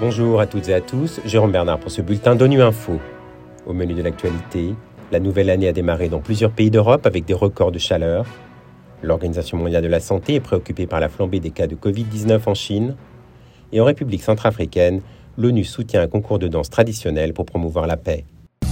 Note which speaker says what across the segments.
Speaker 1: Bonjour à toutes et à tous, Jérôme Bernard pour ce bulletin d'ONU Info. Au menu de l'actualité, la nouvelle année a démarré dans plusieurs pays d'Europe avec des records de chaleur. L'Organisation mondiale de la santé est préoccupée par la flambée des cas de Covid-19 en Chine. Et en République centrafricaine, l'ONU soutient un concours de danse traditionnel pour promouvoir la paix.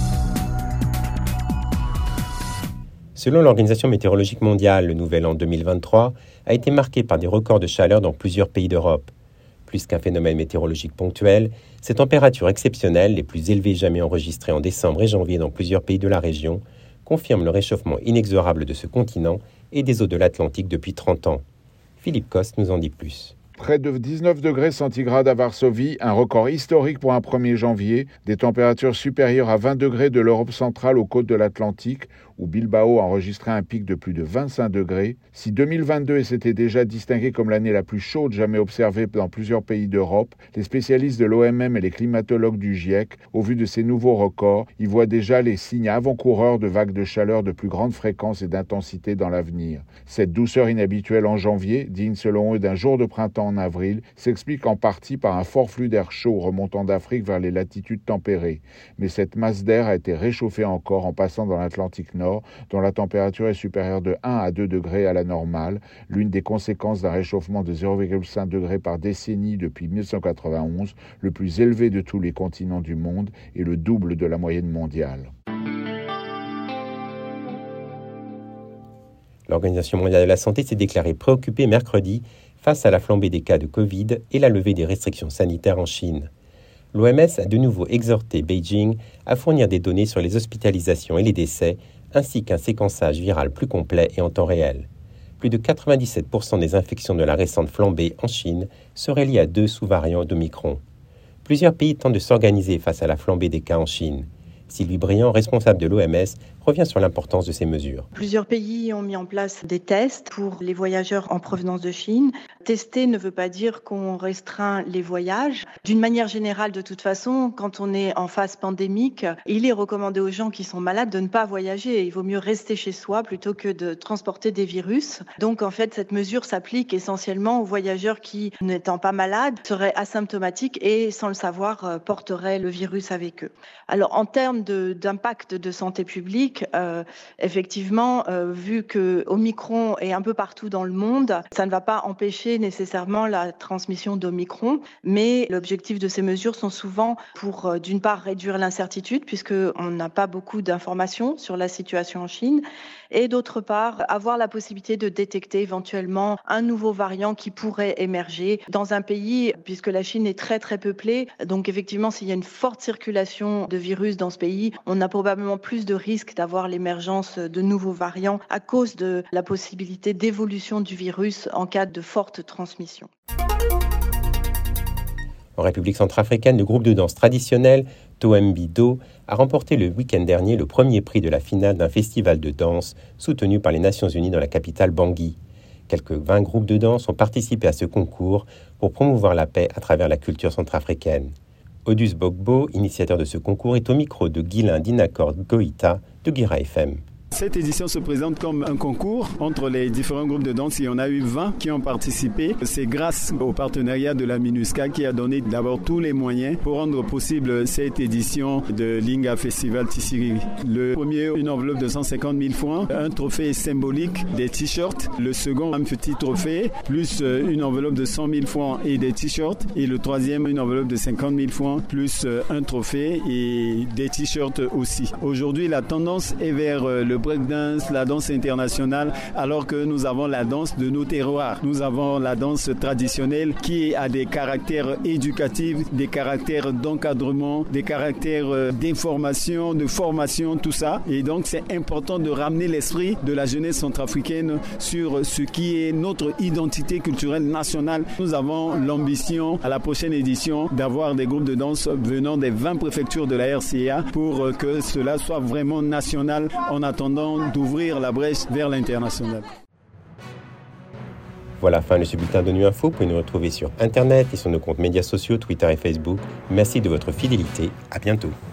Speaker 1: Selon l'Organisation météorologique mondiale, le nouvel an 2023 a été marqué par des records de chaleur dans plusieurs pays d'Europe. Plus qu'un phénomène météorologique ponctuel, ces températures exceptionnelles, les plus élevées jamais enregistrées en décembre et janvier dans plusieurs pays de la région, confirment le réchauffement inexorable de ce continent et des eaux de l'Atlantique depuis 30 ans. Philippe Coste nous en dit plus.
Speaker 2: Près de 19 degrés centigrades à Varsovie, un record historique pour un 1er janvier, des températures supérieures à 20 degrés de l'Europe centrale aux côtes de l'Atlantique, où Bilbao a enregistré un pic de plus de 25 degrés. Si 2022 s'était déjà distingué comme l'année la plus chaude jamais observée dans plusieurs pays d'Europe, les spécialistes de l'OMM et les climatologues du GIEC, au vu de ces nouveaux records, y voient déjà les signes avant-coureurs de vagues de chaleur de plus grande fréquence et d'intensité dans l'avenir. Cette douceur inhabituelle en janvier, digne selon eux d'un jour de printemps en avril, s'explique en partie par un fort flux d'air chaud remontant d'Afrique vers les latitudes tempérées. Mais cette masse d'air a été réchauffée encore en passant dans l'Atlantique Nord, dont la température est supérieure de 1 à 2 degrés à la normale, l'une des conséquences d'un réchauffement de 0,5 degrés par décennie depuis 1991, le plus élevé de tous les continents du monde et le double de la moyenne mondiale.
Speaker 1: L'Organisation mondiale de la santé s'est déclarée préoccupée mercredi face à la flambée des cas de Covid et la levée des restrictions sanitaires en Chine. L'OMS a de nouveau exhorté Beijing à fournir des données sur les hospitalisations et les décès, ainsi qu'un séquençage viral plus complet et en temps réel. Plus de 97% des infections de la récente flambée en Chine seraient liées à 2 sous-variants d'Omicron. Plusieurs pays tentent de s'organiser face à la flambée des cas en Chine. Sylvie Briand, responsable de l'OMS, revient sur l'importance de ces mesures.
Speaker 3: Plusieurs pays ont mis en place des tests pour les voyageurs en provenance de Chine. Tester ne veut pas dire qu'on restreint les voyages. D'une manière générale, de toute façon, quand on est en phase pandémique, il est recommandé aux gens qui sont malades de ne pas voyager. Il vaut mieux rester chez soi plutôt que de transporter des virus. Donc, en fait, cette mesure s'applique essentiellement aux voyageurs qui, n'étant pas malades, seraient asymptomatiques et, sans le savoir, porteraient le virus avec eux. Alors, en termes d'impact de santé publique, effectivement, vu que Omicron est un peu partout dans le monde, ça ne va pas empêcher nécessairement la transmission d'Omicron, mais l'objectif de ces mesures sont souvent pour, d'une part, réduire l'incertitude, puisqu'on n'a pas beaucoup d'informations sur la situation en Chine, et d'autre part, avoir la possibilité de détecter éventuellement un nouveau variant qui pourrait émerger dans un pays, puisque la Chine est très très peuplée, donc effectivement, s'il y a une forte circulation de virus dans ce pays, on a probablement plus de risques d'avoir l'émergence de nouveaux variants à cause de la possibilité d'évolution du virus en cas de forte transmission.
Speaker 1: En République centrafricaine, le groupe de danse traditionnel Toembi Do a remporté le week-end dernier le premier prix de la finale d'un festival de danse soutenu par les Nations Unies dans la capitale Bangui. Quelques 20 groupes de danse ont participé à ce concours pour promouvoir la paix à travers la culture centrafricaine. Odus Bogbo, initiateur de ce concours, est au micro de Guylain Dinakor Goïta de Guira FM.
Speaker 4: Cette édition se présente comme un concours entre les différents groupes de danse. Il y en a eu 20 qui ont participé. C'est grâce au partenariat de la MINUSCA qui a donné d'abord tous les moyens pour rendre possible cette édition de Linga Festival Tissiri. Le premier, une enveloppe de 150 000 francs, un trophée symbolique, des t-shirts. Le second, un petit trophée, plus une enveloppe de 100 000 francs et des t-shirts. Et le troisième, une enveloppe de 50 000 francs, plus un trophée et des t-shirts aussi. Aujourd'hui, la tendance est vers le breakdance, la danse internationale, alors que nous avons la danse de nos terroirs. Nous avons la danse traditionnelle qui a des caractères éducatifs, des caractères d'encadrement, des caractères d'information, de formation, tout ça. Et donc, c'est important de ramener l'esprit de la jeunesse centrafricaine sur ce qui est notre identité culturelle nationale. Nous avons l'ambition, à la prochaine édition, d'avoir des groupes de danse venant des 20 préfectures de la RCA pour que cela soit vraiment national en attendant d'ouvrir la brèche vers l'international.
Speaker 1: Voilà, fin de ce bulletin d'ONU Info. Vous pouvez nous retrouver sur Internet et sur nos comptes médias sociaux, Twitter et Facebook. Merci de votre fidélité. À bientôt.